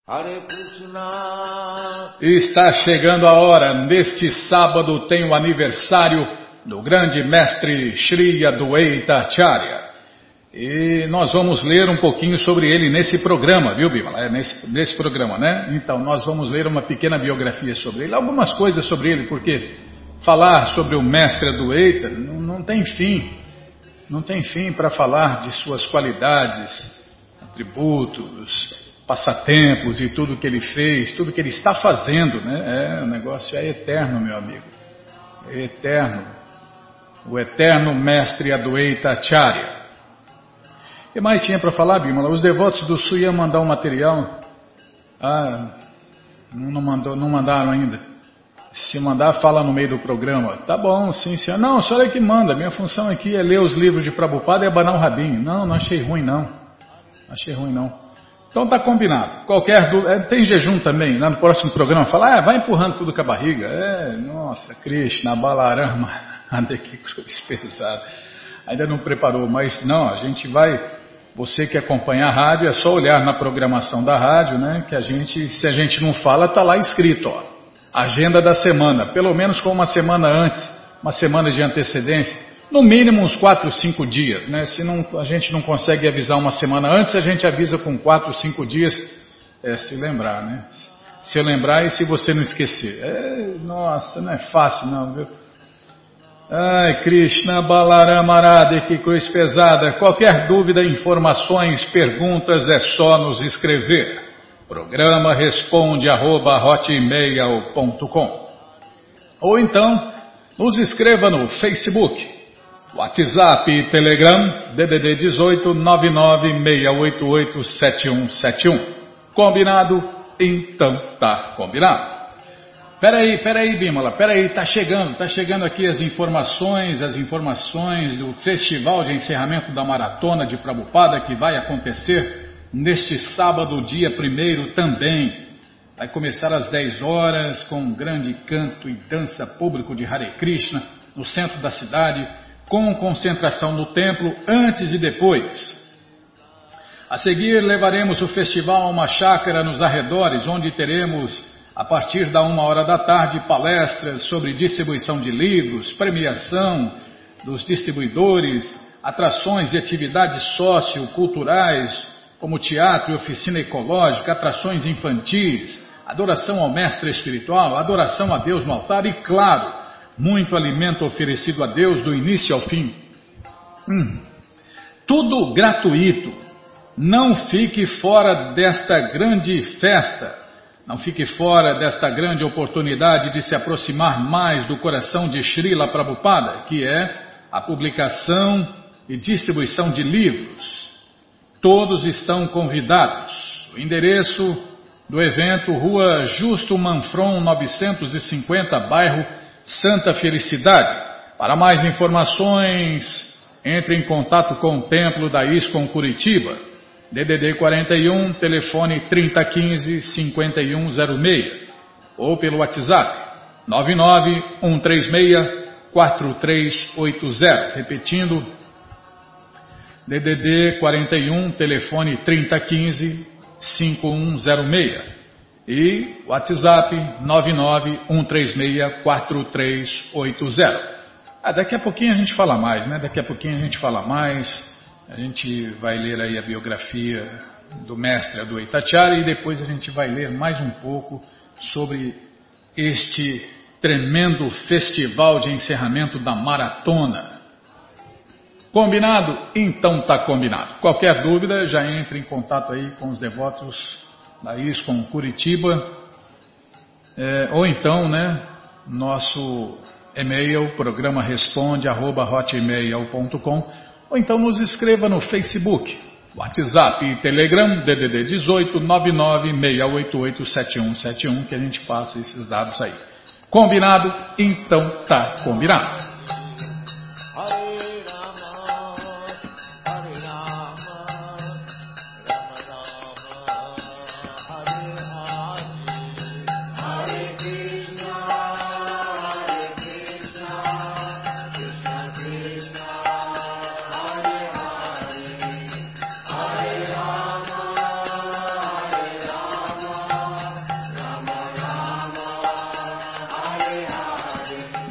Hare Krishna. Está chegando a hora. Neste sábado tem o aniversário do grande mestre Shri Adwaita Acharya. E nós vamos ler um pouquinho sobre ele nesse programa, viu, Bimala? Nesse programa, né? Então, nós vamos ler uma pequena biografia sobre ele, algumas coisas sobre ele, porque falar sobre o mestre Adwaita não tem fim. Não tem fim para falar de suas qualidades, atributos, passatempos e tudo que ele fez, tudo que ele está fazendo, né? O negócio é eterno, meu amigo. É eterno. O eterno mestre Adwaita Acharya. O que mais tinha para falar, Bimala? Os devotos do Sul iam mandar um material. Não mandaram ainda. Se mandar, fala no meio do programa. Tá bom, sim, senhor. Não, a senhora é que manda. Minha função aqui é ler os livros de Prabhupada e abanar o rabinho. Não achei ruim, não. Achei ruim, não. Então tá combinado. Qualquer dúvida. Tem jejum também. Lá no próximo programa fala, vai empurrando tudo com a barriga. Nossa, Krishna, Balarama, anda que cruz pesada. Ainda não preparou, mas não, a gente vai. Você que acompanha a rádio, é só olhar na programação da rádio, né? Que se a gente não fala, tá lá escrito, ó. Agenda da semana, pelo menos com uma semana antes, uma semana de antecedência, no mínimo uns 4, 5 dias, né? Se não, a gente não consegue avisar uma semana antes, a gente avisa com 4, 5 dias, se lembrar, né? Se eu lembrar e se você não esquecer. Nossa, não é fácil não, viu? Ai, Krishna, Balarama, Arada, que cruz pesada. Qualquer dúvida, informações, perguntas, é só nos escrever. Programa responde@hotmail.com. Ou então, nos escreva no Facebook, WhatsApp e Telegram, DDD 18 996887171. Combinado? Então tá combinado. Peraí, Bimala, tá chegando aqui as informações do Festival de Encerramento da Maratona de Prabhupada, que vai acontecer neste sábado, dia 1º também. Vai começar às 10 horas com um grande canto e dança público de Hare Krishna no centro da cidade, com concentração no templo antes e depois. A seguir levaremos o festival a uma chácara nos arredores, onde teremos, a partir da 1h da tarde, palestras sobre distribuição de livros, premiação dos distribuidores, atrações e atividades socioculturais, como teatro e oficina ecológica, atrações infantis, adoração ao mestre espiritual, adoração a Deus no altar e, claro, muito alimento oferecido a Deus do início ao fim. Tudo gratuito. Não fique fora desta grande festa. Não fique fora desta grande oportunidade de se aproximar mais do coração de Srila Prabhupada, que é a publicação e distribuição de livros. Todos estão convidados. O endereço do evento, Rua Justo Manfron 950, bairro Santa Felicidade. Para mais informações, entre em contato com o Templo da ISKCON Curitiba. DDD 41, telefone 3015-5106. Ou pelo WhatsApp 99136-4380. Repetindo, DDD 41, telefone 3015-5106. E WhatsApp 99136-4380. Daqui a pouquinho a gente fala mais, né? A gente vai ler aí a biografia do mestre Adwaita Acharya e depois a gente vai ler mais um pouco sobre este tremendo festival de encerramento da maratona. Combinado? Então tá combinado. Qualquer dúvida, já entre em contato aí com os devotos da ISKCON Curitiba, ou então, né, nosso e-mail, programa responde@hotmail.com. Ou então nos escreva no Facebook, WhatsApp e Telegram, DDD 18 996887171, que a gente passa esses dados aí. Combinado? Então tá combinado.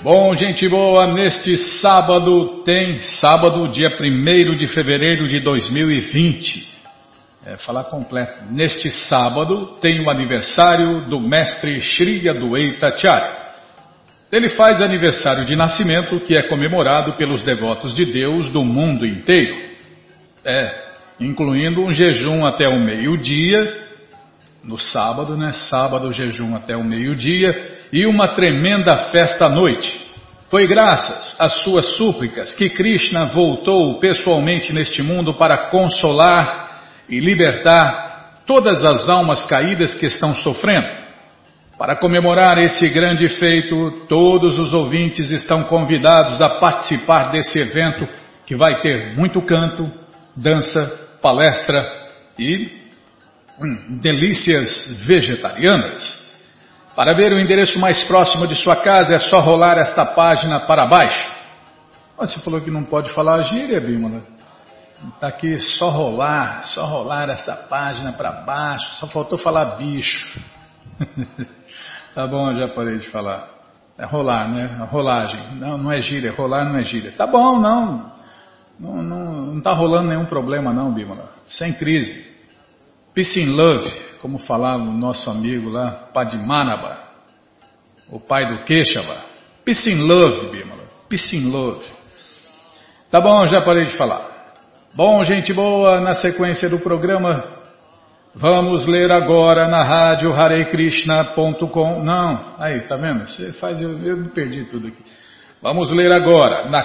Bom, gente boa, neste sábado dia 1º de fevereiro de 2020. Falar completo. Neste sábado tem o aniversário do mestre Shri Adwaita Acharya. Ele faz aniversário de nascimento que é comemorado pelos devotos de Deus do mundo inteiro. Incluindo um jejum até o meio-dia, no sábado, Sábado jejum até o meio-dia e uma tremenda festa à noite. Foi graças às suas súplicas que Krishna voltou pessoalmente neste mundo para consolar e libertar todas as almas caídas que estão sofrendo. Para comemorar esse grande feito, todos os ouvintes estão convidados a participar desse evento que vai ter muito canto, dança, palestra e delícias vegetarianas. Para ver o endereço mais próximo de sua casa é só rolar esta página para baixo. Você falou que não pode falar gíria, Bímola. Está aqui só rolar essa página para baixo, só faltou falar bicho. Tá bom, eu já parei de falar. É rolar, né? Rolagem. Não é gíria, rolar não é gíria. Tá bom, não está rolando nenhum problema não, Bímola. Sem crise. Peace and love, como falava o nosso amigo lá, Padmanabha, o pai do Keshava. Peace and love, Bímola. Peace and love. Tá bom, já parei de falar. Bom, gente boa, na sequência do programa, vamos ler agora na rádio harekrishna.com. Não, aí, tá vendo? Você faz, eu me perdi tudo aqui. Vamos ler agora na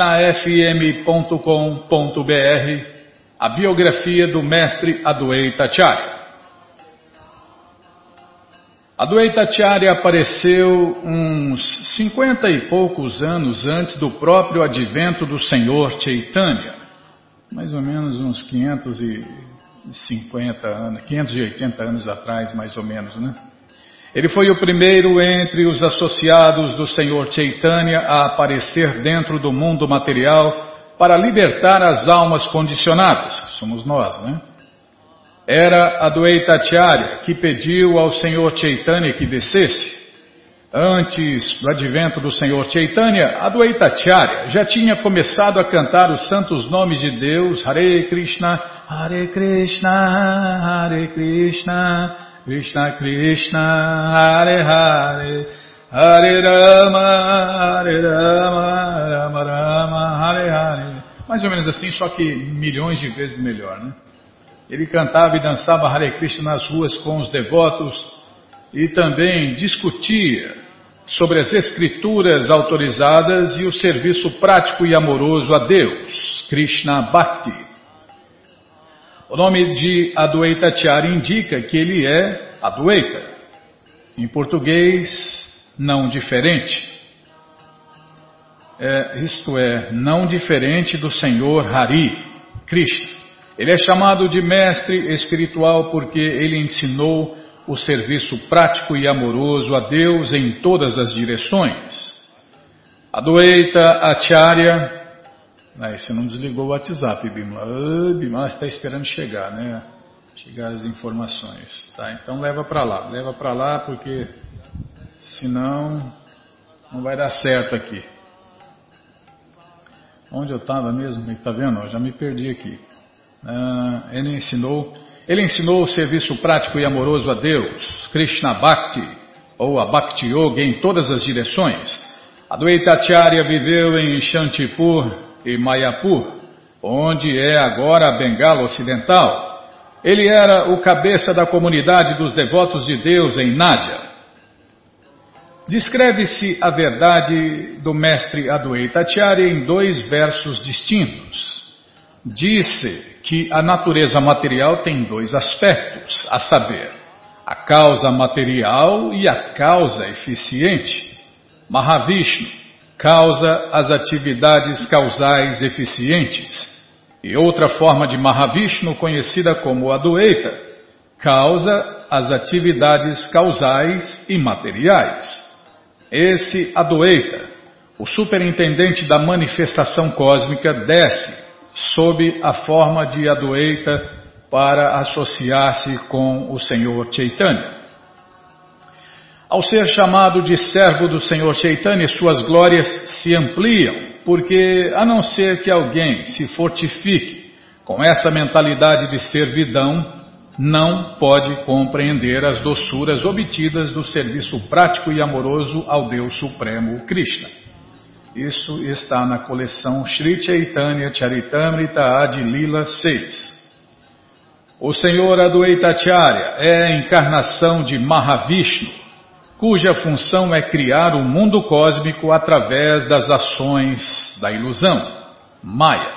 krishnafm.com.br a biografia do mestre Adwaita Acharya. Adwaita Acharya apareceu uns 50 e poucos anos antes do próprio advento do Senhor Chaitanya. Mais ou menos uns 580 anos atrás, mais ou menos, né? Ele foi o primeiro entre os associados do Senhor Chaitanya a aparecer dentro do mundo material para libertar as almas condicionadas, que somos nós, né? Era Adwaita Acharya que pediu ao Senhor Chaitanya que descesse. Antes do advento do Senhor Chaitanya, Adwaita Acharya já tinha começado a cantar os santos nomes de Deus, Hare Krishna, Hare Krishna, Krishna Krishna, Hare Hare, Hare Rama, Rama Rama, Hare Hare. Mais ou menos assim, só que milhões de vezes melhor, né? Ele cantava e dançava Hare Krishna nas ruas com os devotos e também discutia sobre as escrituras autorizadas e o serviço prático e amoroso a Deus, Krishna Bhakti. O nome de Adwaita Acharya indica que ele é Adwaita, em português, não diferente. Isto é, não diferente do Senhor Hari, Krishna. Ele é chamado de mestre espiritual porque ele ensinou o serviço prático e amoroso a Deus em todas as direções. Adwaita Acharya. Você não desligou o WhatsApp, Bimala. Bimala está esperando chegar, né? Chegar as informações. Tá, então leva para lá, porque senão não vai dar certo aqui. Onde eu estava mesmo? Está vendo? Eu já me perdi aqui. Ele ensinou o serviço prático e amoroso a Deus, Krishna Bhakti, ou a Bhakti Yoga em todas as direções. Adwaita Acharya viveu em Shantipur e Mayapur, onde é agora a Bengala Ocidental. Ele era o cabeça da comunidade dos devotos de Deus em Nádia. Descreve-se a verdade do mestre Adwaita Acharya em 2 versos distintos. Disse que a natureza material tem 2 aspectos, a saber, a causa material e a causa eficiente. Mahavishnu causa as atividades causais eficientes. E outra forma de Mahavishnu, conhecida como Adwaita, causa as atividades causais e materiais. Esse Adwaita, o superintendente da manifestação cósmica, desce sob a forma de Adwaita para associar-se com o Senhor Chaitanya. Ao ser chamado de servo do Senhor Chaitanya, suas glórias se ampliam, porque a não ser que alguém se fortifique com essa mentalidade de servidão, não pode compreender as doçuras obtidas do serviço prático e amoroso ao Deus Supremo Krishna. Isso está na coleção Sri Chaitanya Charitamrita Adi Lila 6. O Senhor Adwaita Acharya é a encarnação de Mahavishnu, cuja função é criar o mundo cósmico através das ações da ilusão, Maya.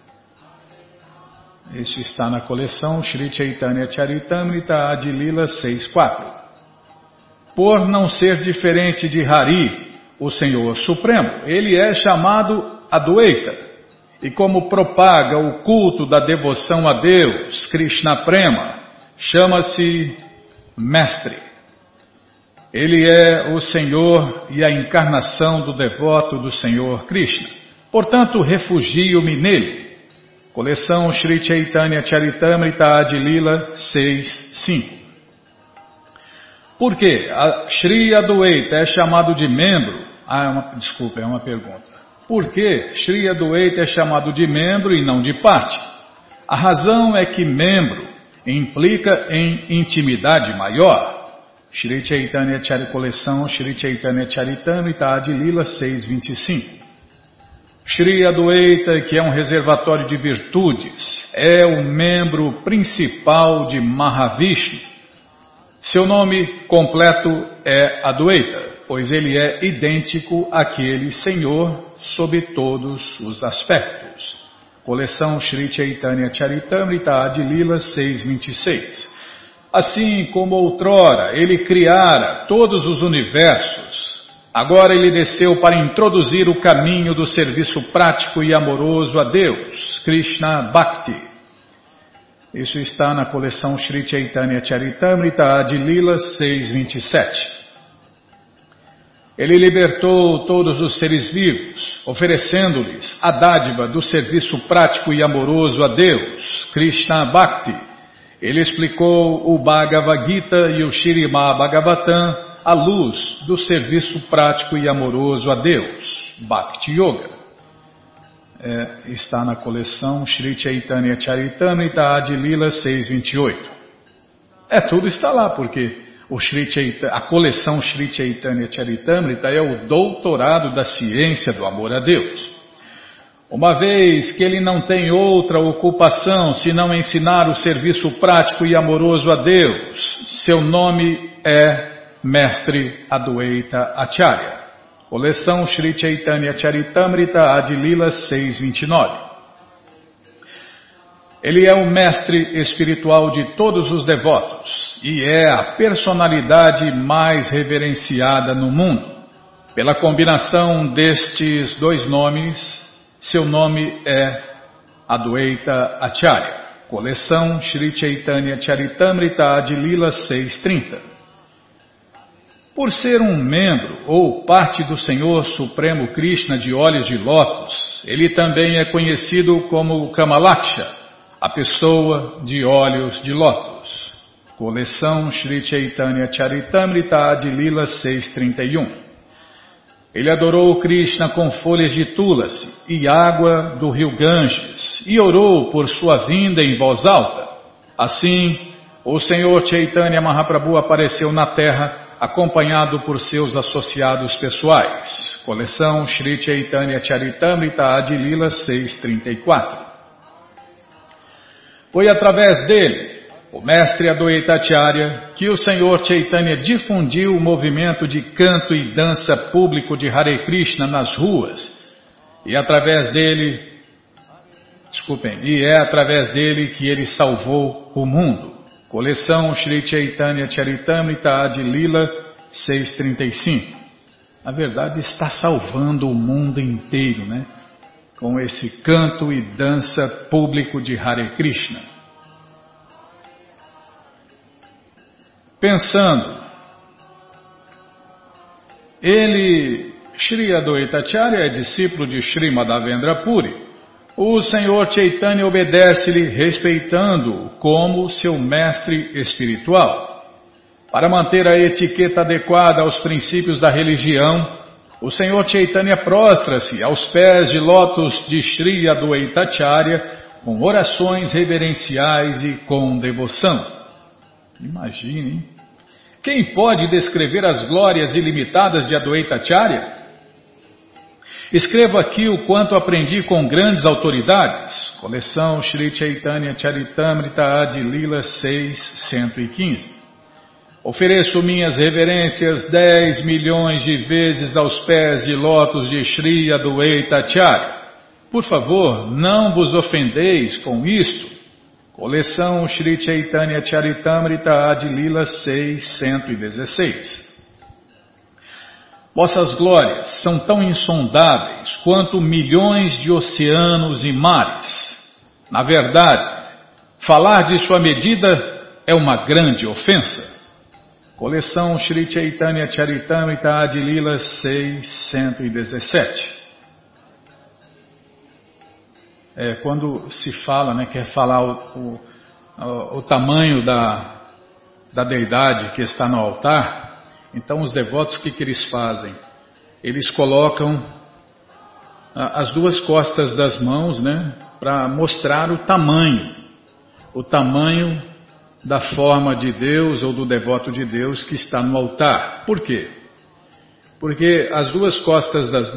Isso está na coleção Sri Chaitanya Charitamrita Adi Lila 6.4. Por não ser diferente de Hari, o Senhor Supremo, ele é chamado Adwaita, e como propaga o culto da devoção a Deus, Krishna Prema, chama-se Mestre. Ele é o Senhor e a encarnação do devoto do Senhor Krishna. Portanto, refugio-me nele. Coleção Sri Chaitanya Charitamrita Adi Lila 6.5. Por que a Sri Adwaita é chamado de membro? É uma pergunta. Por que Sri Adwaita é chamado de membro e não de parte? A razão é que membro implica em intimidade maior. Sri Chaitanya Coleção Sri Chaitanya Charitamrita Adi Lila 6.25. Sri Adwaita, que é um reservatório de virtudes, é o membro principal de Mahavishnu. Seu nome completo é Adwaita, pois ele é idêntico àquele Senhor sob todos os aspectos. Coleção Sri Chaitanya Charitamrita Adi Lila 6.26. Assim como outrora ele criara todos os universos, agora ele desceu para introduzir o caminho do serviço prático e amoroso a Deus, Krishna Bhakti. Isso está na coleção Sri Chaitanya Charitamrita Adi Lila 6.27. Ele libertou todos os seres vivos, oferecendo-lhes a dádiva do serviço prático e amoroso a Deus, Krishna Bhakti. Ele explicou o Bhagavad Gita e o Śrīmad Bhagavatam à luz do serviço prático e amoroso a Deus, Bhakti Yoga. Está na coleção Sri Chaitanya Charitamrita Adi Lila 6.28. Tudo está lá, porque a coleção Sri Chaitanya Charitamrita é o doutorado da ciência do amor a Deus. Uma vez que ele não tem outra ocupação senão ensinar o serviço prático e amoroso a Deus, seu nome é Mestre Adwaita Acharya. Coleção Sri Chaitanya Charitamrita Adi Lila 6.29. Ele é o mestre espiritual de todos os devotos e é a personalidade mais reverenciada no mundo. Pela combinação destes dois nomes, seu nome é Adwaita Acharya. Coleção Sri Chaitanya Charitamrita Adi Lila 6.30. Por ser um membro ou parte do Senhor Supremo Krishna de olhos de lótus, ele também é conhecido como Kamalaksha, a pessoa de olhos de lótus. Coleção Sri Chaitanya Charitamrita Adi Lila 6.31. Ele adorou Krishna com folhas de tulasi e água do rio Ganges e orou por sua vinda em voz alta. Assim, o Senhor Chaitanya Mahaprabhu apareceu na terra acompanhado por seus associados pessoais. Coleção Sri Chaitanya Charitamrita Adi Lila 6.34. Foi através dele, o mestre Adwaita Acharya, que o Senhor Chaitanya difundiu o movimento de canto e dança público de Hare Krishna nas ruas, e é através dele que ele salvou o mundo. Coleção Sri Chaitanya Charitamrita Adi Lila 6.35. Na verdade, está salvando o mundo inteiro, né? Com esse canto e dança público de Hare Krishna. Pensando, Shri Adwaita Acharya é discípulo de Shri Madhavendra Puri. O Senhor Chaitanya obedece-lhe respeitando-o como seu mestre espiritual. Para manter a etiqueta adequada aos princípios da religião, o Senhor Chaitanya prostra-se aos pés de lótus de Shri Adwaitacharya com orações reverenciais e com devoção. Imagine, hein? Quem pode descrever as glórias ilimitadas de Adwaitacharya? Escrevo aqui o quanto aprendi com grandes autoridades. Coleção Shri Chaitanya Charitamrita Adi Lila 615. Ofereço minhas reverências 10 milhões de vezes aos pés de lótus de Shri Adwaitacharya. Por favor, não vos ofendeis com isto. Coleção Shri Chaitanya Charitamrita Adi Lila 616. Vossas glórias são tão insondáveis quanto milhões de oceanos e mares. Na verdade, falar de sua medida é uma grande ofensa. Coleção Shri Chaitanya Charitamrita Adi Lila 617. Quando se fala, né, quer falar o tamanho da deidade que está no altar, então os devotos, o que eles fazem? Eles colocam as duas costas das mãos, né, para mostrar o tamanho da forma de Deus ou do devoto de Deus que está no altar. Por quê? Porque as duas costas das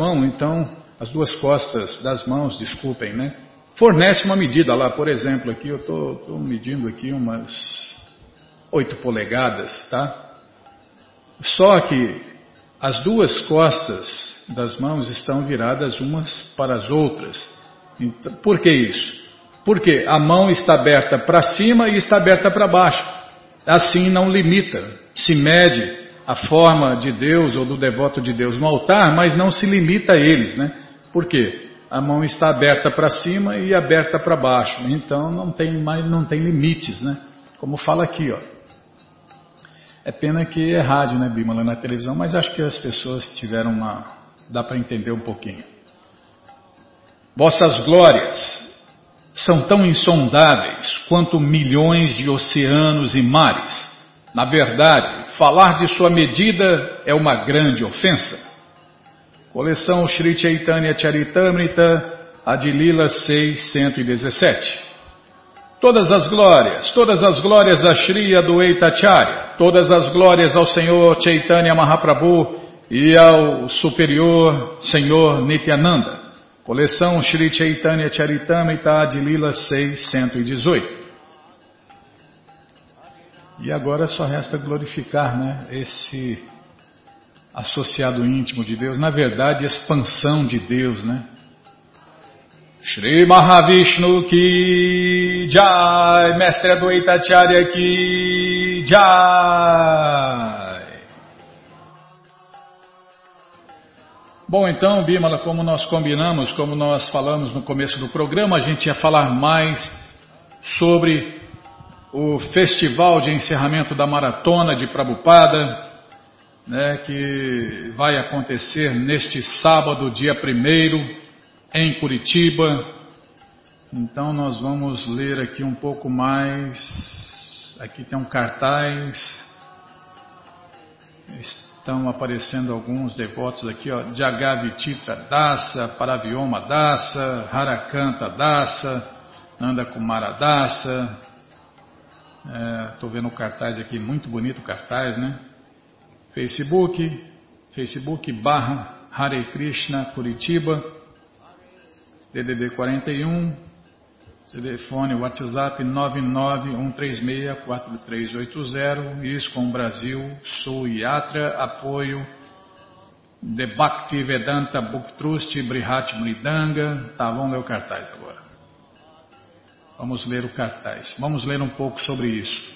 mãos, desculpem, né? Fornece uma medida lá, por exemplo, aqui eu estou medindo aqui umas 8 polegadas, tá? Só que as duas costas das mãos estão viradas umas para as outras. Então, por que isso? Porque a mão está aberta para cima e está aberta para baixo. Assim não limita. Se mede a forma de Deus ou do devoto de Deus no altar, mas não se limita a eles, né? Por quê? A mão está aberta para cima e aberta para baixo. Então não tem limites, né? Como fala aqui, ó. É pena que é rádio, né, Bimala, na televisão, mas acho que as pessoas tiveram dá para entender um pouquinho. Vossas glórias são tão insondáveis quanto milhões de oceanos e mares. Na verdade, falar de sua medida é uma grande ofensa. Coleção Shri Chaitanya Charitamrita Adi Lila 617. Todas as glórias a Shri Adwaitacharya, todas as glórias ao Senhor Chaitanya Mahaprabhu e ao Superior Senhor Nityananda. Coleção Shri Chaitanya Charitamrita Adi Lila 618. E agora só resta glorificar, né, esse associado íntimo de Deus, na verdade, expansão de Deus, né? Shri Mahavishnu Ki Jai, Mestre Adwaitacharya Ki Jai. Bom, então, Bimala, como nós combinamos, como nós falamos no começo do programa, a gente ia falar mais sobre o festival de encerramento da Maratona de Prabhupada, né, que vai acontecer neste sábado, dia 1º, em Curitiba. Então nós vamos ler aqui um pouco mais. Aqui tem um cartaz. Estão aparecendo alguns devotos aqui, ó. Jagavititra Dasa, Paravyoma Dasa, Harakanta Dasa, Nanda Kumara Dasa. Estou vendo o cartaz aqui, muito bonito o cartaz, né? Facebook /Hare Krishna Curitiba, DDD 41, telefone WhatsApp 991364380, ISKCON Brasil, Sul Yatra, apoio The Bhaktivedanta Book Trust, Brihat Mridanga. Tá, vamos ler o cartaz agora. Vamos ler o cartaz. Vamos ler um pouco sobre isso.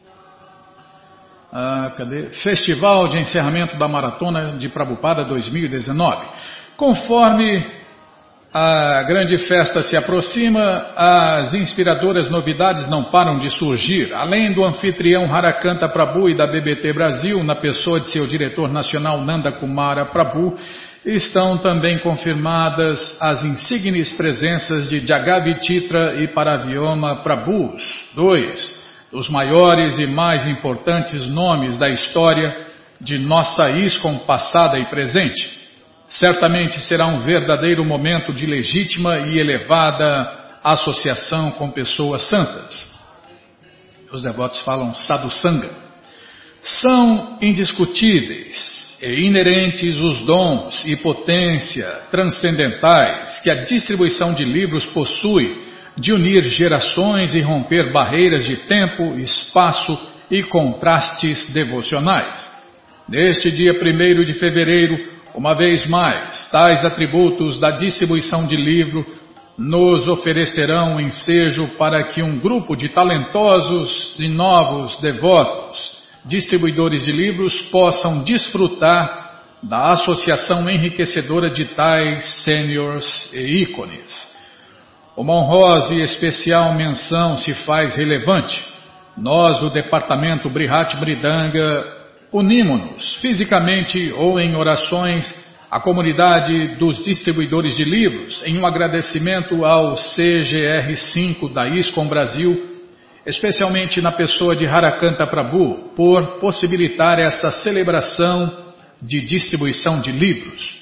Cadê? Festival de encerramento da Maratona de Prabhupada 2019. Conforme a grande festa se aproxima, as inspiradoras novidades não param de surgir. Além do anfitrião Harakanta Prabhu e da BBT Brasil, na pessoa de seu diretor nacional Nanda Kumara Prabhu, estão também confirmadas as insígnes presenças de Jagavititra e Paravyoma Prabhus. 2. dos maiores e mais importantes nomes da história de nossa ISKCON passada e presente. Certamente será um verdadeiro momento de legítima e elevada associação com pessoas santas. Os devotos falam sadhusanga. São indiscutíveis e inerentes os dons e potência transcendentais que a distribuição de livros possui de unir gerações e romper barreiras de tempo, espaço e contrastes devocionais. Neste dia 1º de fevereiro, uma vez mais, tais atributos da distribuição de livro nos oferecerão um ensejo para que um grupo de talentosos e novos devotos, distribuidores de livros, possam desfrutar da associação enriquecedora de tais sêniores e ícones. Uma honrosa e especial menção se faz relevante. Nós, do Departamento Brihat Mridanga, unimos-nos fisicamente ou em orações à comunidade dos distribuidores de livros em um agradecimento ao CGR5 da ISKCON Brasil, especialmente na pessoa de Harakanta Prabhu, por possibilitar essa celebração de distribuição de livros.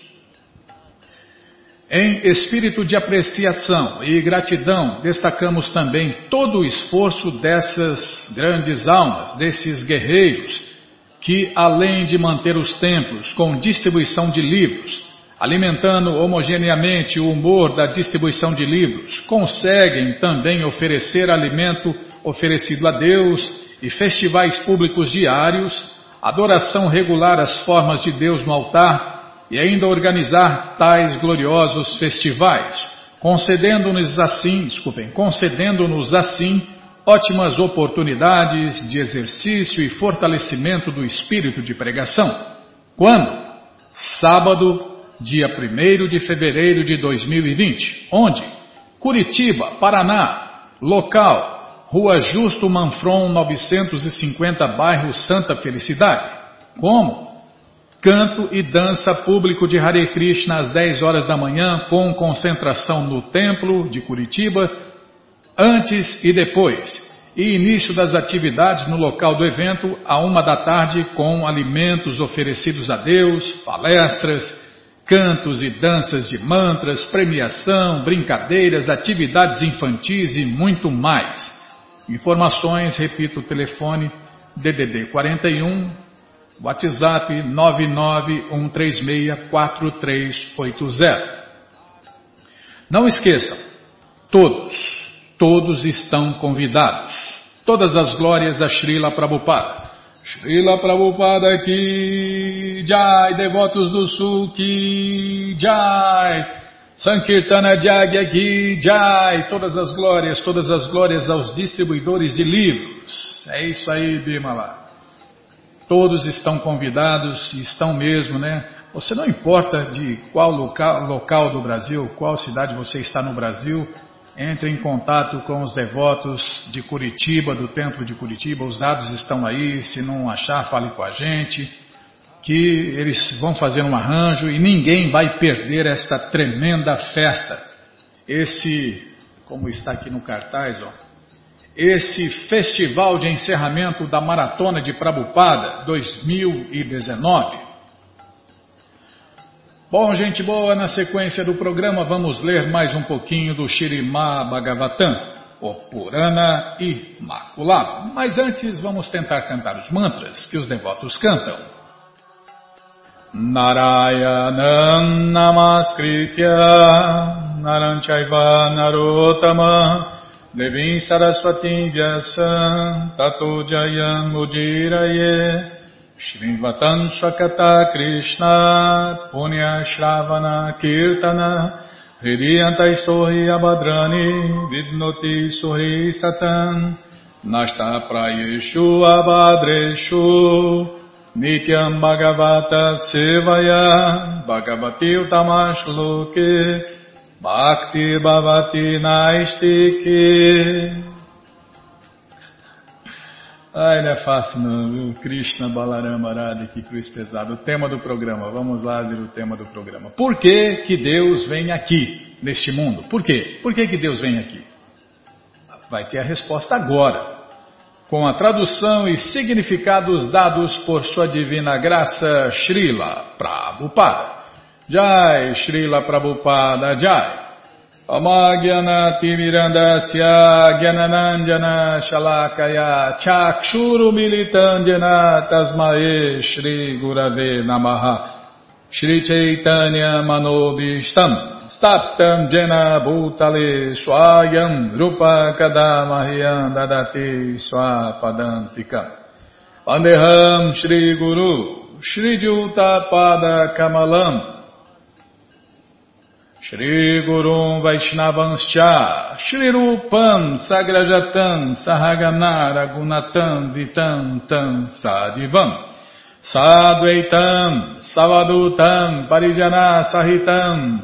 Em espírito de apreciação e gratidão, destacamos também todo o esforço dessas grandes almas, desses guerreiros, que além de manter os templos com distribuição de livros, alimentando homogeneamente o humor da distribuição de livros, conseguem também oferecer alimento oferecido a Deus e festivais públicos diários, adoração regular às formas de Deus no altar e ainda organizar tais gloriosos festivais, concedendo-nos assim ótimas oportunidades de exercício e fortalecimento do espírito de pregação. Quando? Sábado, dia 1º de fevereiro de 2020, onde? Curitiba, Paraná, local, Rua Justo Manfron 950, bairro Santa Felicidade. Como? Canto e dança público de Hare Krishna às 10 horas da manhã, com concentração no templo de Curitiba, antes e depois, e início das atividades no local do evento, à 1 da tarde, com alimentos oferecidos a Deus, palestras, cantos e danças de mantras, premiação, brincadeiras, atividades infantis e muito mais. Informações, repito, o telefone DDD 41, WhatsApp 991364380. Não esqueçam, todos estão convidados. Todas as glórias a Srila Prabhupada. Srila Prabhupada ki Jai, devotos do Sul ki Jai, Sankirtana Jagya ki Jai, todas as glórias aos distribuidores de livros. É isso aí, Bimala. Todos estão convidados, e estão mesmo, né? Você não importa de qual local do Brasil, qual cidade você está no Brasil, entre em contato com os devotos de Curitiba, do Templo de Curitiba, os dados estão aí, se não achar, fale com a gente, que eles vão fazer um arranjo e ninguém vai perder esta tremenda festa. Como está aqui no cartaz, esse festival de encerramento da Maratona de Prabhupada 2019. Bom, gente boa, na sequência do programa vamos ler mais um pouquinho do Śrīmad Bhagavatam, o Purana Imaculado. Mas antes vamos tentar cantar os mantras que os devotos cantam. Narayanam Namaskritya Naram Chaiva Narottama Devim Saraswatim Vyasam Tato Jayam Ujiraye Shrivatam Swakata Krishna Punya Shravana Kirtana Hridiyantai Sohi Abhadrani Vidnoti Sohi Satam Nashta Prayeshu Abhadreshu Nityam Bhagavata Sevaya Bhagavati Utamash Loke Bhakti Bhavati Naistiki. Ai, não é fácil não, viu? Krishna Balarama Radha, que cruz pesada. O tema do programa, vamos lá ler o tema do programa. Por que que Deus vem aqui, neste mundo? Por quê? Por que que Deus vem aqui? Vai ter a resposta agora. com a tradução e significados dados por sua divina graça Srila Prabhupada. Jai, Srila Prabhupada Jai. Amagyanatimirandasya Gyananandjana Shalakaya Chakshuru Militandjana Tasmae Shri Gurave Namaha. Shri Chaitanya Manobishtam Staptam Jena Bhutale Swayam Rupa Kadamahyam Dadati Swapadantikam Vandeham Shri Guru Shri Juta Pada Kamalam Shri Gurum Vaishnavanscha Shri Rupam Sagrajatam Sahagana Ragunatam Vitam Tam Sadivam Sadvaitam Savadutam Parijana Sahitam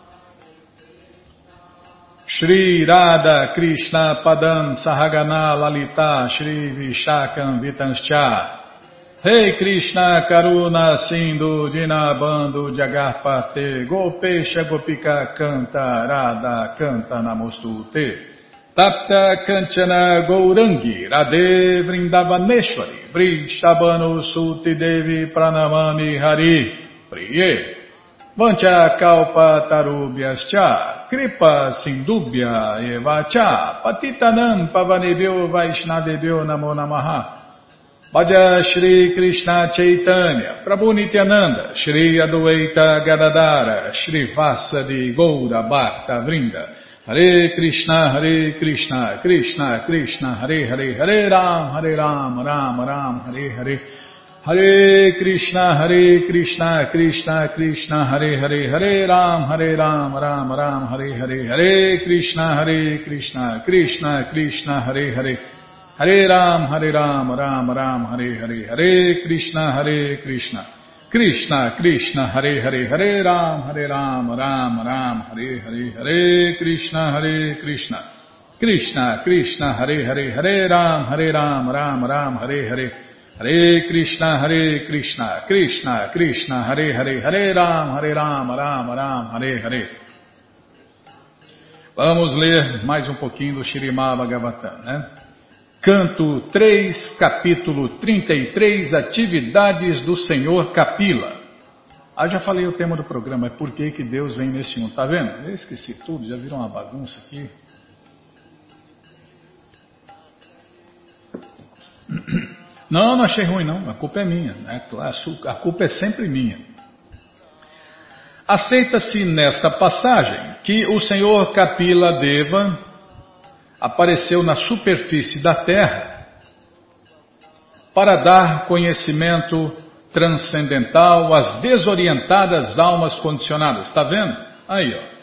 Shri Radha Krishna Padam Sahagana Lalita Shri Vishakam Vitanscha Rei Krishna Karuna Sindhu Dinabando Jagarpate Gopesha Gopika Canta Radha Canta Namostute Tapta Kanchana Gourangi Radhe Vrindavaneshwari Vrishabhanu Suti Devi Pranamami Hari Priye Vancha Kalpa Tarubhyascha Kripa Sindubhya Evacha Patitanam Pavanebhyo Vaishnavebhyo Namo Namaha Bhaja Shri Krishna Chaitanya Prabhu Nityananda Shri Adwaita Gadadara Shri Vasadi Goura Bhakta Vrinda Hare Krishna Krishna Krishna Hare Hare Hare Ram Ram Ram Hare Hare Hare Krishna Krishna Krishna Hare Hare Hare Ram Ram Ram Hare Hare Hare Krishna Krishna Krishna Hare Hare Hare Ram Ram Hare Hare Hare Krishna Krishna Hare Hare Hare Ram Ram Hare Hare Hare Krishna Krishna Hare Hare Hare Ram Ram Hare Hare Hare Krishna Krishna Hare Hare Hare Ram Ram Hare Hare. Vamos ler mais um pouquinho do Śrīmad Bhagavatam, né? Canto 3, capítulo 33, Atividades do Senhor Kapila. Já falei o tema do programa, é por que Deus vem neste mundo. Tá vendo? Eu esqueci tudo, já virou uma bagunça aqui. Não achei ruim não, a culpa é minha, né? A culpa é sempre minha. Aceita-se nesta passagem que o Senhor Kapila Deva apareceu na superfície da Terra para dar conhecimento transcendental às desorientadas almas condicionadas. Está vendo? Aí, ó.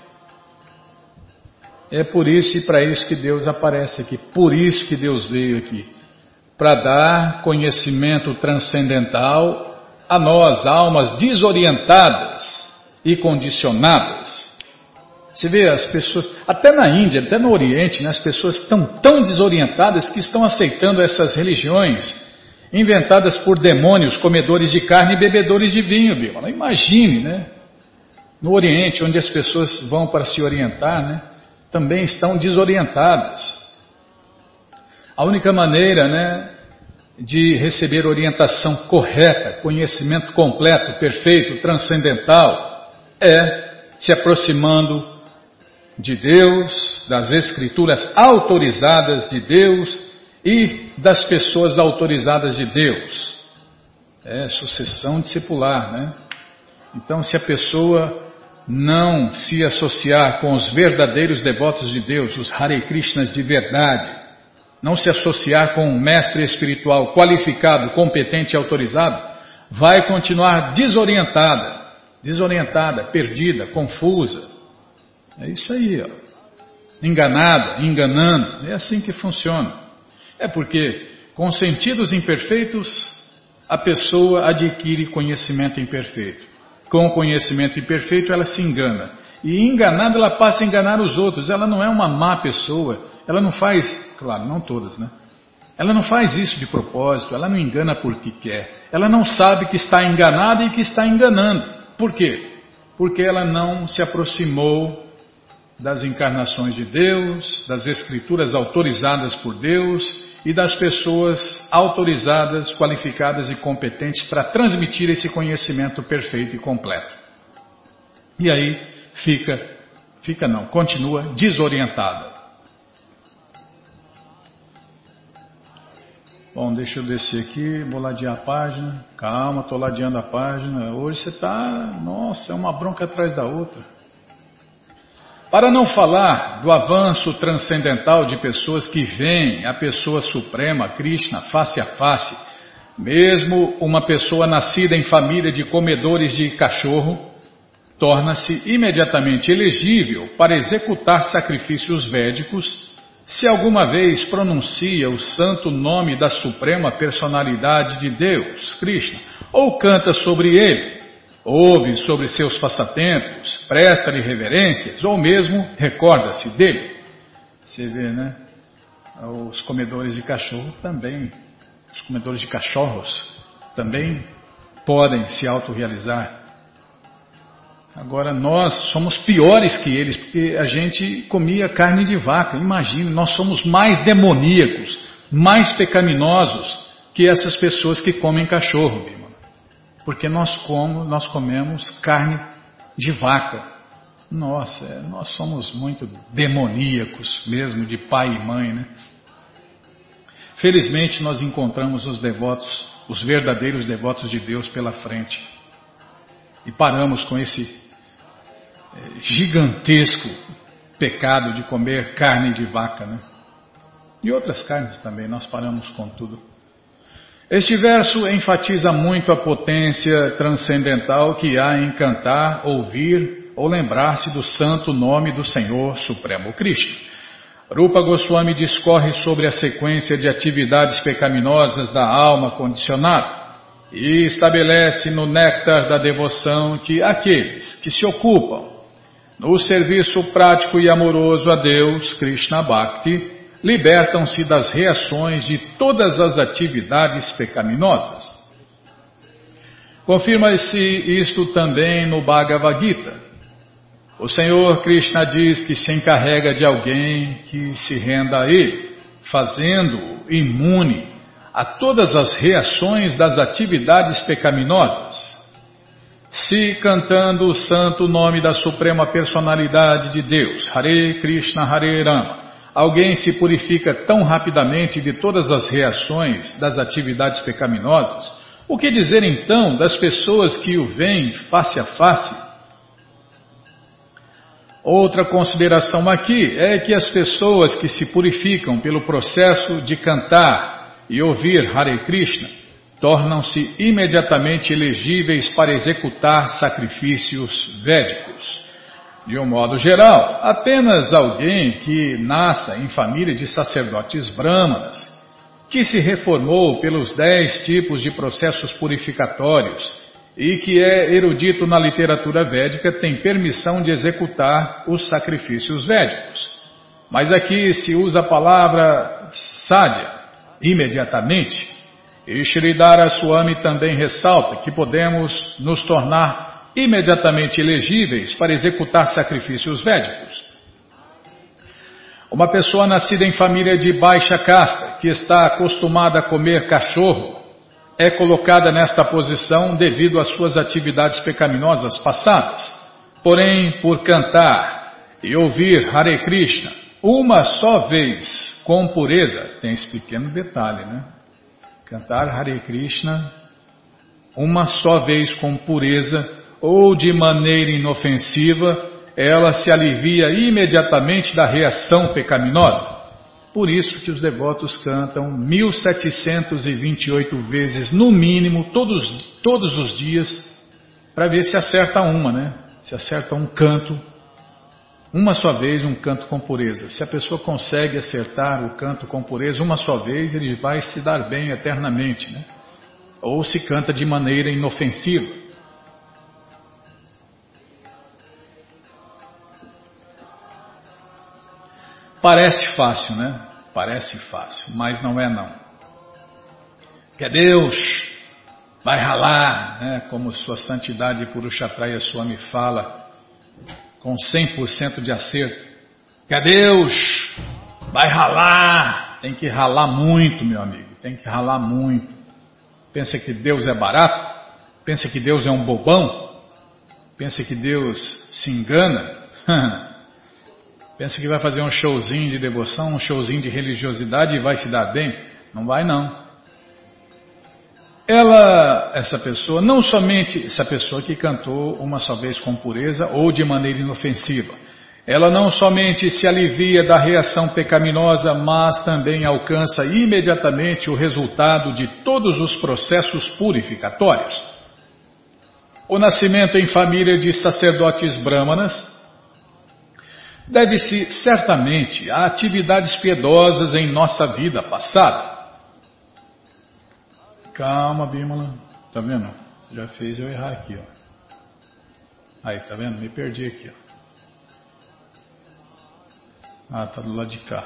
É por isso e para isso que Deus aparece aqui. Por isso que Deus veio aqui. Para dar conhecimento transcendental a nós, almas desorientadas e condicionadas. Você vê as pessoas, até na Índia, até no Oriente, né, as pessoas estão tão desorientadas que estão aceitando essas religiões inventadas por demônios, comedores de carne e bebedores de vinho, Bímola. Imagine, né? No Oriente, onde as pessoas vão para se orientar, né, também estão desorientadas. A única maneira, né, de receber orientação correta, conhecimento completo, perfeito, transcendental, é se aproximando de Deus, das escrituras autorizadas de Deus e das pessoas autorizadas de Deus. É sucessão discipular, né? Então, se a pessoa não se associar com os verdadeiros devotos de Deus, os Hare Krishnas de verdade, não se associar com um mestre espiritual qualificado, competente e autorizado, vai continuar desorientada, perdida, confusa. É isso aí, ó. Enganada, enganando. É assim que funciona. É porque, com sentidos imperfeitos, a pessoa adquire conhecimento imperfeito. Com o conhecimento imperfeito, ela se engana. E enganada, ela passa a enganar os outros. Ela não é uma má pessoa. Ela não faz, claro, não todas, né? Ela não faz isso de propósito. Ela não engana porque quer. Ela não sabe que está enganada e que está enganando. Por quê? Porque ela não se aproximou das encarnações de Deus, das escrituras autorizadas por Deus e das pessoas autorizadas, qualificadas e competentes para transmitir esse conhecimento perfeito e completo. E aí continua desorientada. Bom, deixa eu descer aqui, vou ladear a página. Calma, estou ladeando a página. Hoje você está... Nossa, é uma bronca atrás da outra. Para não falar do avanço transcendental de pessoas que veem a pessoa suprema, Krishna, face a face, mesmo uma pessoa nascida em família de comedores de cachorro, torna-se imediatamente elegível para executar sacrifícios védicos se alguma vez pronuncia o santo nome da suprema personalidade de Deus, Krishna, ou canta sobre ele, ouve sobre seus passatempos, presta-lhe reverências, ou mesmo recorda-se dele. Você vê, né? Os comedores de cachorro também, os comedores de cachorros também podem se autorrealizar. Agora nós somos piores que eles, porque a gente comia carne de vaca. Imagine, nós somos mais demoníacos, mais pecaminosos que essas pessoas que comem cachorro, Bima. Porque nós comemos carne de vaca. Nossa, nós somos muito demoníacos mesmo, de pai e mãe, né? Felizmente nós encontramos os devotos, os verdadeiros devotos de Deus pela frente. E paramos com esse gigantesco pecado de comer carne de vaca, né? E outras carnes também, nós paramos com tudo. Este verso enfatiza muito a potência transcendental que há em cantar, ouvir ou lembrar-se do santo nome do Senhor Supremo Krishna. Rupa Goswami discorre sobre a sequência de atividades pecaminosas da alma condicionada e estabelece no néctar da devoção que aqueles que se ocupam no serviço prático e amoroso a Deus, Krishna Bhakti, libertam-se das reações de todas as atividades pecaminosas. Confirma-se isto também no Bhagavad Gita. O Senhor Krishna diz que se encarrega de alguém que se renda a Ele, fazendo-o imune a todas as reações das atividades pecaminosas. Se cantando o santo nome da Suprema Personalidade de Deus, Hare Krishna, Hare Rama, alguém se purifica tão rapidamente de todas as reações das atividades pecaminosas, o que dizer então das pessoas que o veem face a face? Outra consideração aqui é que as pessoas que se purificam pelo processo de cantar e ouvir Hare Krishna tornam-se imediatamente elegíveis para executar sacrifícios védicos. De um modo geral, apenas alguém que nasça em família de sacerdotes brahmanas, que se reformou pelos 10 tipos de processos purificatórios e que é erudito na literatura védica, tem permissão de executar os sacrifícios védicos. Mas aqui se usa a palavra sadhya, imediatamente. E Sridhara Swami também ressalta que podemos nos tornar imediatamente elegíveis para executar sacrifícios védicos. Uma pessoa nascida em família de baixa casta, que está acostumada a comer cachorro, é colocada nesta posição devido às suas atividades pecaminosas passadas. Porém, por cantar e ouvir Hare Krishna uma só vez com pureza, tem esse pequeno detalhe, né? Cantar Hare Krishna uma só vez com pureza ou de maneira inofensiva, ela se alivia imediatamente da reação pecaminosa. Por isso que os devotos cantam 1728 vezes, no mínimo, todos os dias, para ver se acerta uma, né? Se acerta um canto, uma só vez, um canto com pureza. Se a pessoa consegue acertar o canto com pureza uma só vez, ele vai se dar bem eternamente, né? Ou se canta de maneira inofensiva. Parece fácil, né? Parece fácil, mas não é não. Que Deus vai ralar, né? Como Sua Santidade Purushatraya Swami fala, com 100% de acerto. Que é Deus, vai ralar, tem que ralar muito, meu amigo, tem que ralar muito. Pensa que Deus é barato? Pensa que Deus é um bobão? Pensa que Deus se engana? Pensa que vai fazer um showzinho de devoção, um showzinho de religiosidade e vai se dar bem? Não vai não. Essa pessoa, não somente essa pessoa que cantou uma só vez com pureza ou de maneira inofensiva, ela não somente se alivia da reação pecaminosa, mas também alcança imediatamente o resultado de todos os processos purificatórios. O nascimento em família de sacerdotes brâmanas deve-se certamente a atividades piedosas em nossa vida passada. Calma, Bímola. Tá vendo? Já fez eu errar aqui, ó. Aí, tá vendo? Me perdi aqui, ó. Ah, tá do lado de cá.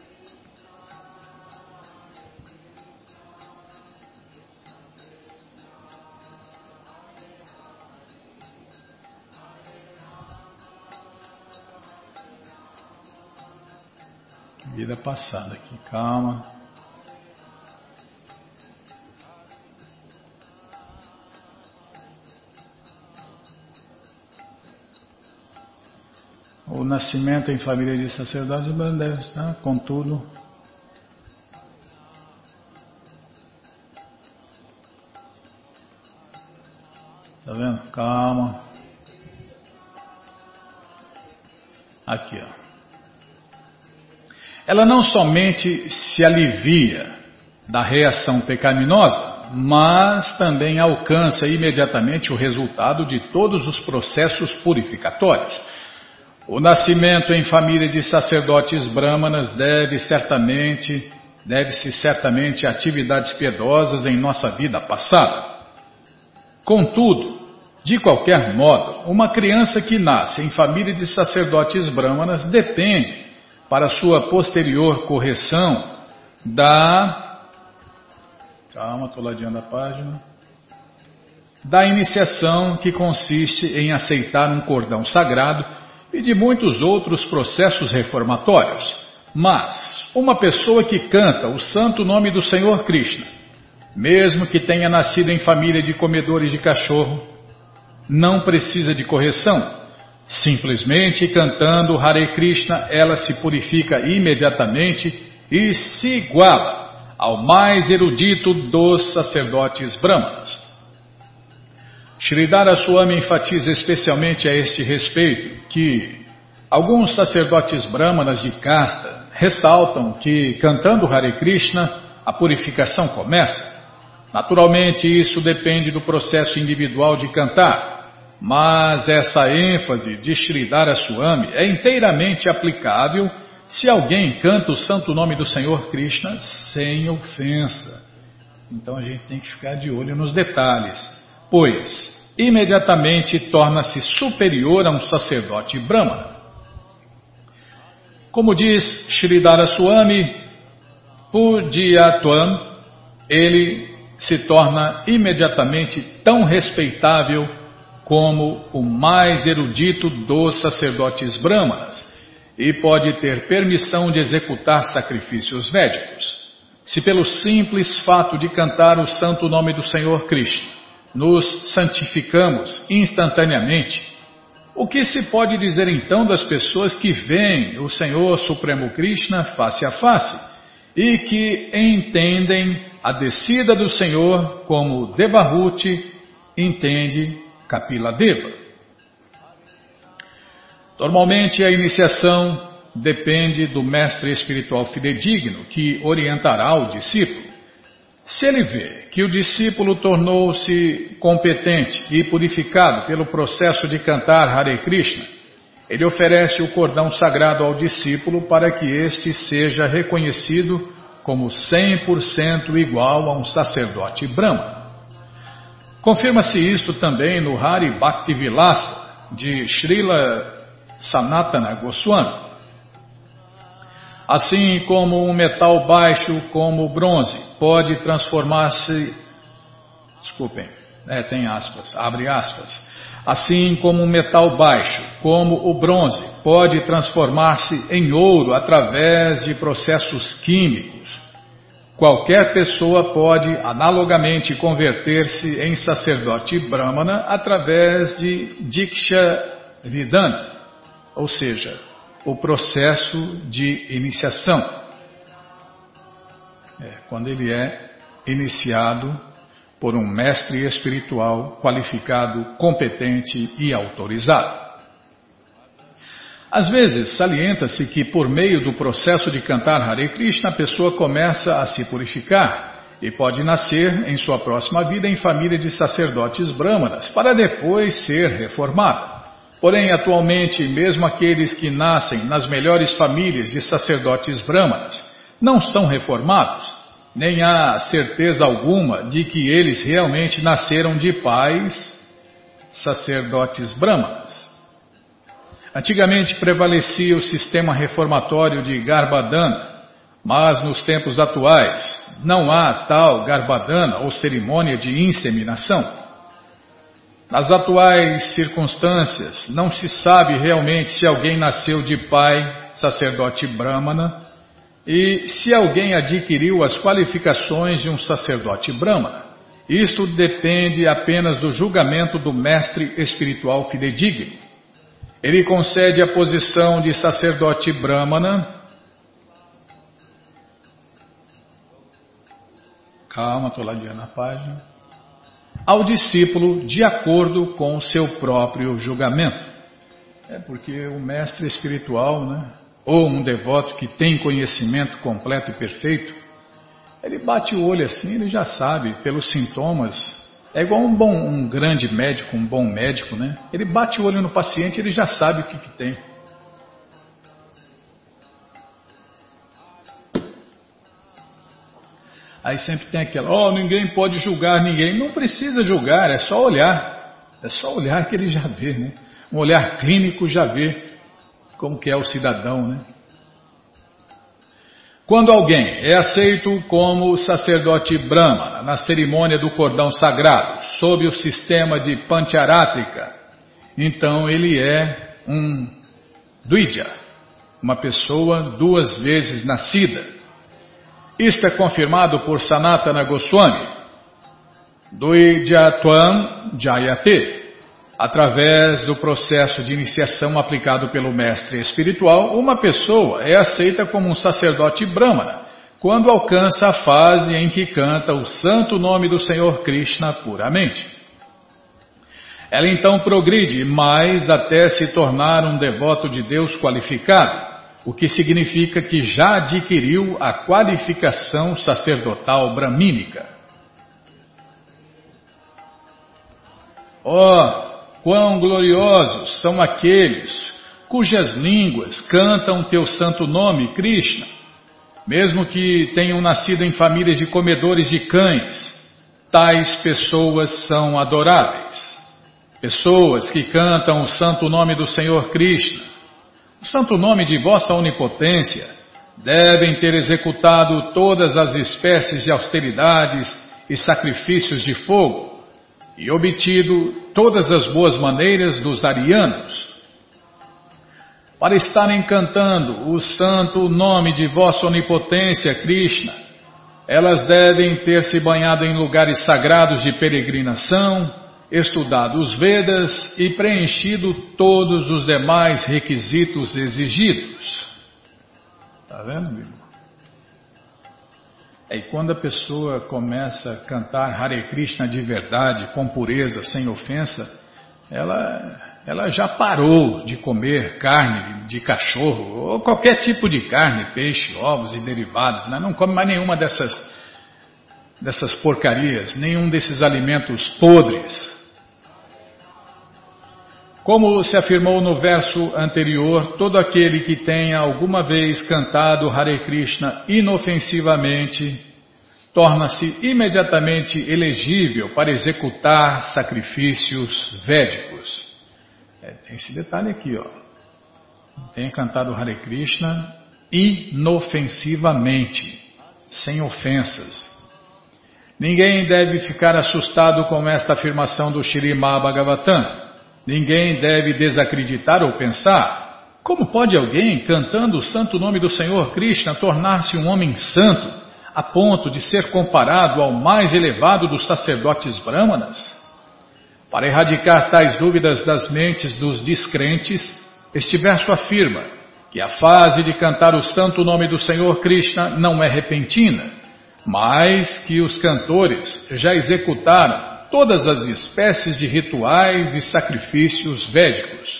Vida passada aqui, calma. O nascimento em família de sacerdotes deve estar, contudo, tá vendo? Calma. Aqui, ó. Ela não somente se alivia da reação pecaminosa, mas também alcança imediatamente o resultado de todos os processos purificatórios. O nascimento em família de sacerdotes brâmanas deve-se certamente a atividades piedosas em nossa vida passada. Contudo, de qualquer modo, uma criança que nasce em família de sacerdotes brâmanas depende, para sua posterior correção, Calma, estou ladeando a página. Da iniciação, que consiste em aceitar um cordão sagrado, e de muitos outros processos reformatórios. Mas uma pessoa que canta o santo nome do Senhor Krishna, mesmo que tenha nascido em família de comedores de cachorro, não precisa de correção. Simplesmente cantando Hare Krishna, ela se purifica imediatamente e se iguala ao mais erudito dos sacerdotes brahmanas. Sridhara Swami enfatiza especialmente a este respeito que alguns sacerdotes brahmanas de casta ressaltam que, cantando Hare Krishna, a purificação começa. Naturalmente, isso depende do processo individual de cantar, mas essa ênfase de Sridhara Swami é inteiramente aplicável se alguém canta o santo nome do Senhor Krishna sem ofensa. Então a gente tem que ficar de olho nos detalhes, pois imediatamente torna-se superior a um sacerdote brahmana. Como diz Sridhara Swami, Pujyatvam, ele se torna imediatamente tão respeitável como o mais erudito dos sacerdotes brahmanas e pode ter permissão de executar sacrifícios védicos. Se pelo simples fato de cantar o santo nome do Senhor Krishna nos santificamos instantaneamente, o que se pode dizer então das pessoas que veem o Senhor Supremo Krishna face a face e que entendem a descida do Senhor como Devahuti entende Kapila Deva? Normalmente a iniciação depende do mestre espiritual fidedigno que orientará o discípulo. Se ele vê que o discípulo tornou-se competente e purificado pelo processo de cantar Hare Krishna, ele oferece o cordão sagrado ao discípulo para que este seja reconhecido como 100% igual a um sacerdote brahmana. Confirma-se isto também no Hari Bhaktivilasa de Srila Sanatana Goswami. Assim como um metal baixo como o bronze pode transformar-se, tem aspas, abre aspas, Assim como um metal baixo, como o bronze, pode transformar-se em ouro através de processos químicos, qualquer pessoa pode analogamente converter-se em sacerdote brahmana através de Diksha Vidhana, ou seja, o processo de iniciação. Quando ele é iniciado por um mestre espiritual qualificado, competente e autorizado. Às vezes, salienta-se que por meio do processo de cantar Hare Krishna, a pessoa começa a se purificar e pode nascer em sua próxima vida em família de sacerdotes brahmanas, para depois ser reformado. Porém, atualmente, mesmo aqueles que nascem nas melhores famílias de sacerdotes brahmanas não são reformados, nem há certeza alguma de que eles realmente nasceram de pais sacerdotes brahmanas. Antigamente prevalecia o sistema reformatório de Garbhadana, mas nos tempos atuais não há tal Garbhadana ou cerimônia de inseminação. Nas atuais circunstâncias, não se sabe realmente se alguém nasceu de pai sacerdote brahmana e se alguém adquiriu as qualificações de um sacerdote brahmana. Isto depende apenas do julgamento do mestre espiritual fidedigno. Ele concede a posição de sacerdote brahmana. Calma, estou ladeando a página. Ao discípulo de acordo com o seu próprio julgamento. Porque o mestre espiritual, né, ou um devoto que tem conhecimento completo e perfeito, ele bate o olho assim, ele já sabe pelos sintomas. É igual um grande médico, um bom médico, né? Ele bate o olho no paciente, ele já sabe o que tem. Aí sempre tem aquela, ninguém pode julgar ninguém. Não precisa julgar, é só olhar. É só olhar que ele já vê, né? Um olhar clínico já vê como que é o cidadão, né? Quando alguém é aceito como sacerdote brahmana na cerimônia do cordão sagrado, sob o sistema de Pancharatrika, então ele é um Dvija, uma pessoa 2 vezes nascida. Isto é confirmado por Sanatana Goswami, Dvijatvam Jayate. Através do processo de iniciação aplicado pelo mestre espiritual, uma pessoa é aceita como um sacerdote brahmana quando alcança a fase em que canta o santo nome do Senhor Krishna puramente. Ela então progride mais até se tornar um devoto de Deus qualificado, o que significa que já adquiriu a qualificação sacerdotal bramínica. Quão gloriosos são aqueles cujas línguas cantam teu santo nome, Krishna, mesmo que tenham nascido em famílias de comedores de cães. Tais pessoas são adoráveis. Pessoas que cantam o santo nome do Senhor Krishna, o santo nome de vossa onipotência, devem ter executado todas as espécies de austeridades e sacrifícios de fogo, e obtido todas as boas maneiras dos arianos. Para estarem cantando o santo nome de vossa onipotência, Krishna, elas devem ter se banhado em lugares sagrados de peregrinação, estudado os Vedas e preenchido todos os demais requisitos exigidos. Está vendo, amigo? E quando a pessoa começa a cantar Hare Krishna de verdade, com pureza, sem ofensa, ela já parou de comer carne de cachorro, ou qualquer tipo de carne, peixe, ovos e derivados, né? Não come mais nenhuma dessas porcarias, nenhum desses alimentos podres. Como se afirmou no verso anterior, todo aquele que tenha alguma vez cantado Hare Krishna inofensivamente, torna-se imediatamente elegível para executar sacrifícios védicos. Tem esse detalhe aqui, Tenha cantado Hare Krishna inofensivamente, sem ofensas. Ninguém deve ficar assustado com esta afirmação do Śrīmad Bhagavatam. Ninguém deve desacreditar ou pensar: como pode alguém, cantando o santo nome do Senhor Krishna, tornar-se um homem santo, a ponto de ser comparado ao mais elevado dos sacerdotes brâmanas? Para erradicar tais dúvidas das mentes dos descrentes, este verso afirma que a fase de cantar o santo nome do Senhor Krishna não é repentina, mas que os cantores já executaram todas as espécies de rituais e sacrifícios védicos.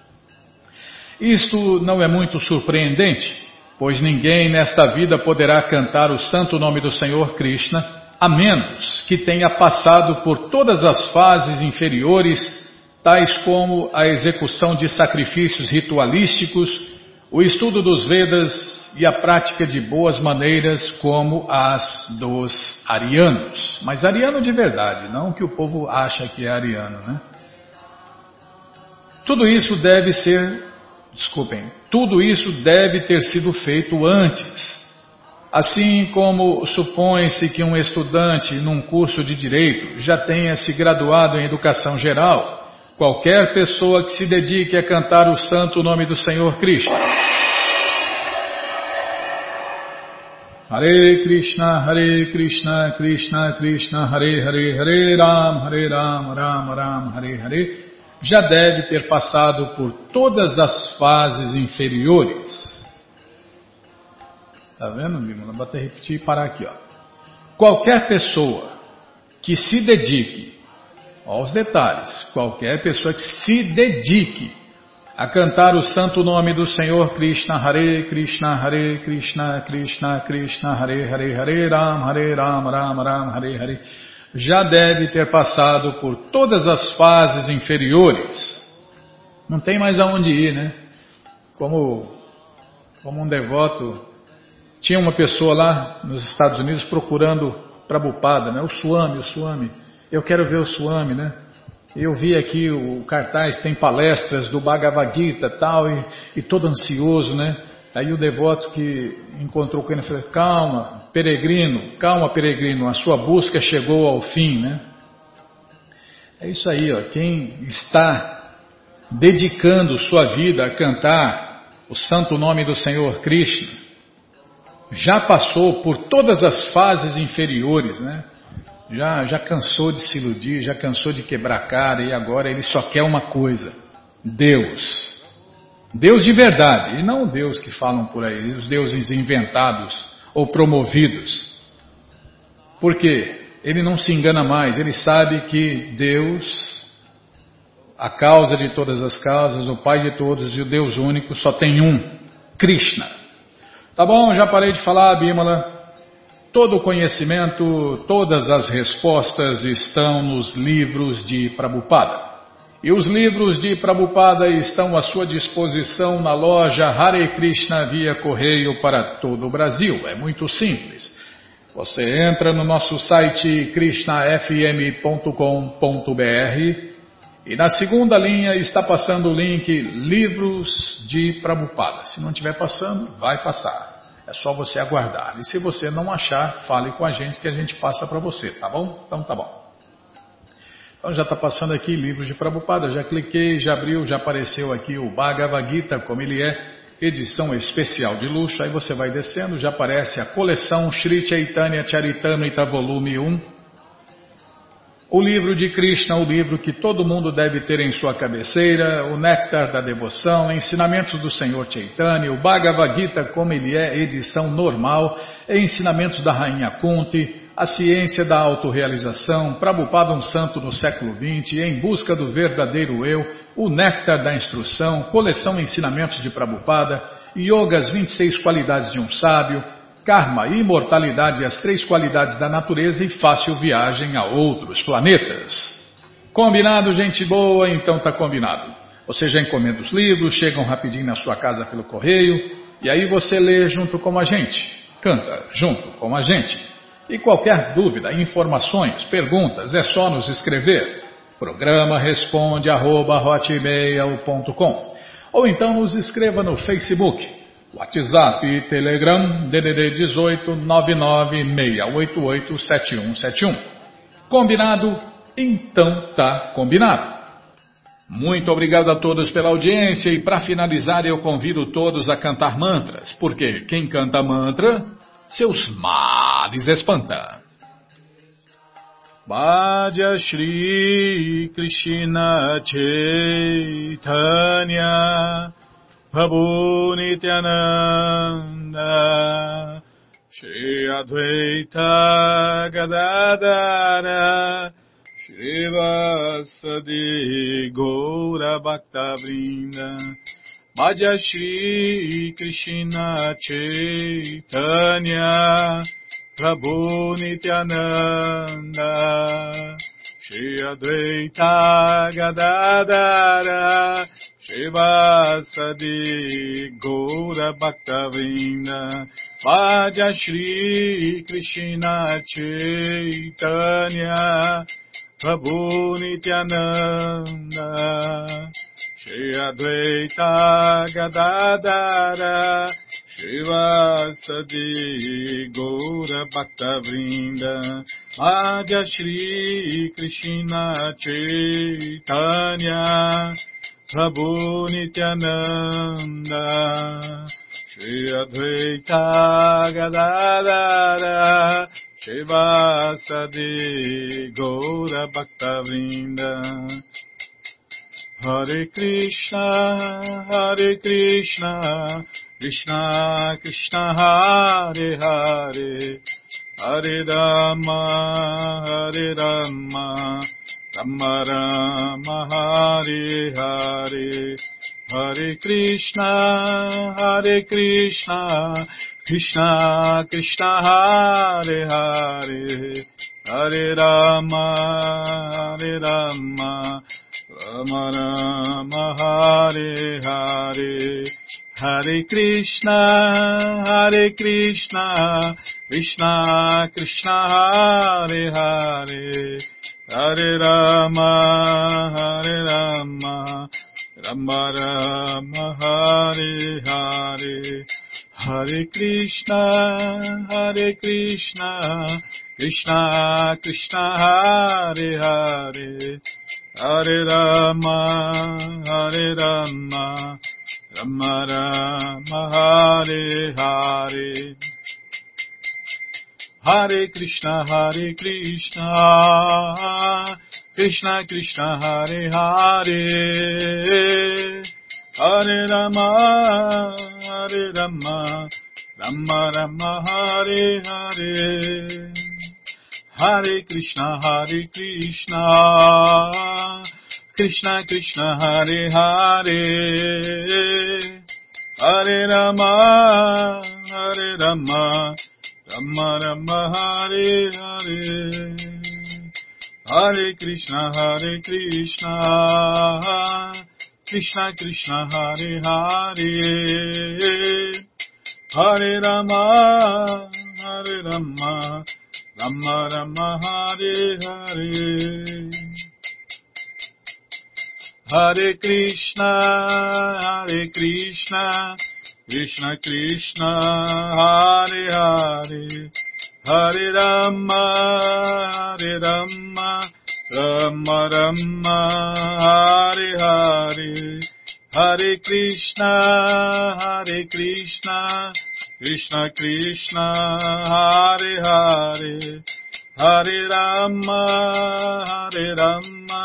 Isto não é muito surpreendente, pois ninguém nesta vida poderá cantar o santo nome do Senhor Krishna, a menos que tenha passado por todas as fases inferiores, tais como a execução de sacrifícios ritualísticos, o estudo dos Vedas e a prática de boas maneiras como as dos arianos. Mas ariano de verdade, não que o povo acha que é ariano, né? Tudo isso deve ter sido feito antes. Assim como supõe-se que um estudante num curso de direito já tenha se graduado em educação geral, qualquer pessoa que se dedique a cantar o santo nome do Senhor Krishna, Hare Krishna, Krishna Krishna, Hare Hare, Hare Ram, Ram Ram, Hare Hare, já deve ter passado por todas as fases inferiores. Tá vendo, Bímola? Vou até repetir e parar aqui, ó. Qualquer pessoa que se dedique, olha os detalhes, qualquer pessoa que se dedique a cantar o santo nome do Senhor Krishna, Hare Krishna, Krishna Krishna, Hare Hare, Hare Ram, Ram Ram, Hare Hare, já deve ter passado por todas as fases inferiores. Não tem mais aonde ir, né? Como um devoto, tinha uma pessoa lá nos Estados Unidos procurando Prabhupada, né? O Swami. Eu quero ver o Swami, né? Eu vi aqui o cartaz, tem palestras do Bhagavad Gita tal, e todo ansioso, né? Aí o devoto que encontrou com ele falou: calma, peregrino, a sua busca chegou ao fim, né? É isso aí, ó. Quem está dedicando sua vida a cantar o santo nome do Senhor Krishna já passou por todas as fases inferiores, né? Já cansou de se iludir, já cansou de quebrar a cara, e agora ele só quer uma coisa: Deus. Deus de verdade, e não o Deus que falam por aí, os deuses inventados ou promovidos. Porque ele não se engana mais, ele sabe que Deus, a causa de todas as causas, o Pai de todos e o Deus único, só tem um: Krishna. Tá bom, já parei de falar, Bímola. Todo o conhecimento, todas as respostas estão nos livros de Prabhupada. E os livros de Prabhupada estão à sua disposição na loja Hare Krishna via correio para todo o Brasil. É muito simples. Você entra no nosso site krishnafm.com.br e na segunda linha está passando o link Livros de Prabhupada. Se não estiver passando, vai passar. É só você aguardar. E se você não achar, fale com a gente que a gente passa para você, tá bom? Então tá bom. Então já está passando aqui Livros de Prabhupada, já cliquei, já abriu, já apareceu aqui o Bhagavad Gita, como ele é, edição especial de luxo. Aí você vai descendo, já aparece a coleção Sri Chaitanya Charitamrita volume 1, o livro de Krishna, o livro que todo mundo deve ter em sua cabeceira, o Néctar da Devoção, Ensinamentos do Senhor Chaitanya, o Bhagavad Gita, como ele é, edição normal, Ensinamentos da Rainha Kunti, A Ciência da Autorrealização, Prabhupada um Santo no século XX, Em Busca do Verdadeiro Eu, o Néctar da Instrução, Coleção Ensinamentos de Prabhupada, Yoga, as 26 Qualidades de um Sábio, Karma, Imortalidade e as 3 Qualidades da Natureza e Fácil Viagem a Outros Planetas. Combinado, gente boa? Então tá combinado. Você já encomenda os livros, chegam rapidinho na sua casa pelo correio, e aí você lê junto com a gente, canta junto com a gente. E qualquer dúvida, informações, perguntas, é só nos escrever. Programa responde@hotmail.com. Ou então nos escreva no Facebook, WhatsApp e Telegram, DDD 18 996887171. Combinado? Então tá combinado. Muito obrigado a todos pela audiência e para finalizar eu convido todos a cantar mantras, porque quem canta mantra, seus males espanta. Bhaja Shri Krishna Chaitanya Prabhu Nityananda Shri Advaita Gadadara Shrivasadi Gaura Bhaktavrinda Bhaja Shri Krishna Chaitanya Prabhu Nityananda Shri Advaita Gadadara Shrivasadi Gaura Bhaktavrinda Bhaja Shri Krishna Chaitanya Prabhu Nityananda Shri Advaita Gadadara Shrivasadi Gaura Bhaktavrinda Bhaja Shri Krishna Chaitanya Prabhu Nityananda Shri Advaita Gadadara Shrivasadi Gaura Bhaktavrinda Hare Krishna Krishna Krishna Hare Hare Hare Rama Rama Rama Hare Hare Hare Krishna Krishna Krishna Hare Hare Hare Rama Rama Rama Hare Hare Hare Krishna Krishna Krishna Hare Hare Hare Rama Rama Rama Hare Hare Hare Krishna Krishna Krishna Hare Hare Hare Rama Rama Rama Hare Hare Hare Krishna Krishna Krishna Hare Hare Hare Rama Rama Rama Hare Hare Hare Krishna Krishna Krishna Hare Hare Hare Rama Rama Rama Hare Hare Hare Krishna Krishna Krishna Hare Hare Hare Rama Rama Rama Hare Hare Hare Krishna Krishna Krishna Hare Hare Hare Rama Rama Rama Hare Hare Hare Krishna Krishna Krishna Hare Hare Hare Rama Rama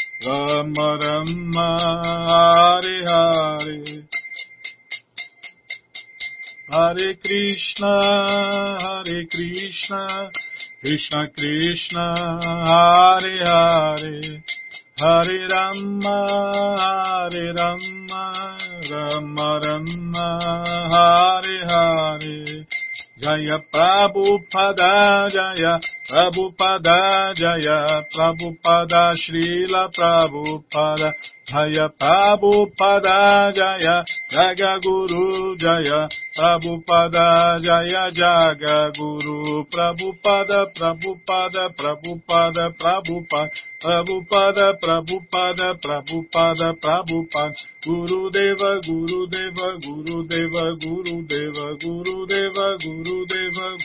Rama Hare Hare Hare Krishna Krishna Krishna Hare Hare Hare Rama Rama Rama Hare Hare Jaya Prabhupada Jaya Prabhupada Srila Prabhupada Jaya Prabhupada Jaya Jaga Guru Jaya Prabhupada Jaya Jaga Guru Prabhupada Guru Deva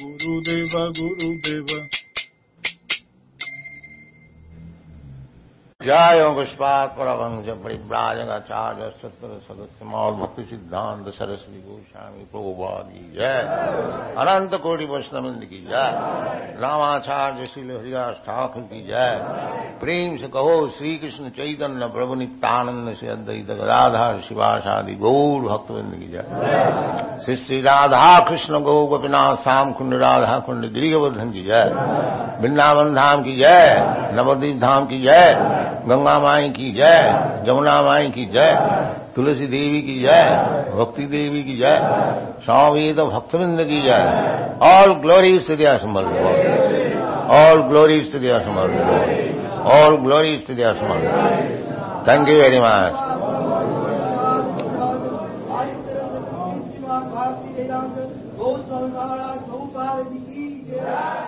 Guru Deva जय पुष्पात् परमहंस परिव्राजकाचार्य सत्तर सदस्य मौल भक्ति सिद्धांत सरस्वती गोस्वामी प्रभुपाद की जय। अनंत कोटि वैष्णववृंद की जय। रामाचार्य श्रील हरिदास ठाकुर की जय। प्रेम से कहो श्री कृष्ण चैतन्य प्रभु नित्यानंद से अद्वैत गदाधर शिवासादि गौर भक्तवृंद की जय। श्री श्री राधा कृष्ण गौ गोपीनाथ श्याम कुंड राधा कुंड गिरिवर्धन की जय। वृंदावन धाम की जय। नवद्वीप धाम की जय। गंगा माई की जय। जमुना माई की जय। तुलसी देवी की जय। भक्ति देवी की जय। स्वामीत भक्तवृंद की जय। ऑल ग्लोरीज टू द असमल गॉड। ऑल ग्लोरीज टू द असमल गॉड। ऑल ग्लोरीज टू द असमल गॉड। थैंक यू वेरी मच। Goswami Maharaj Prabhupada Ji ki jai.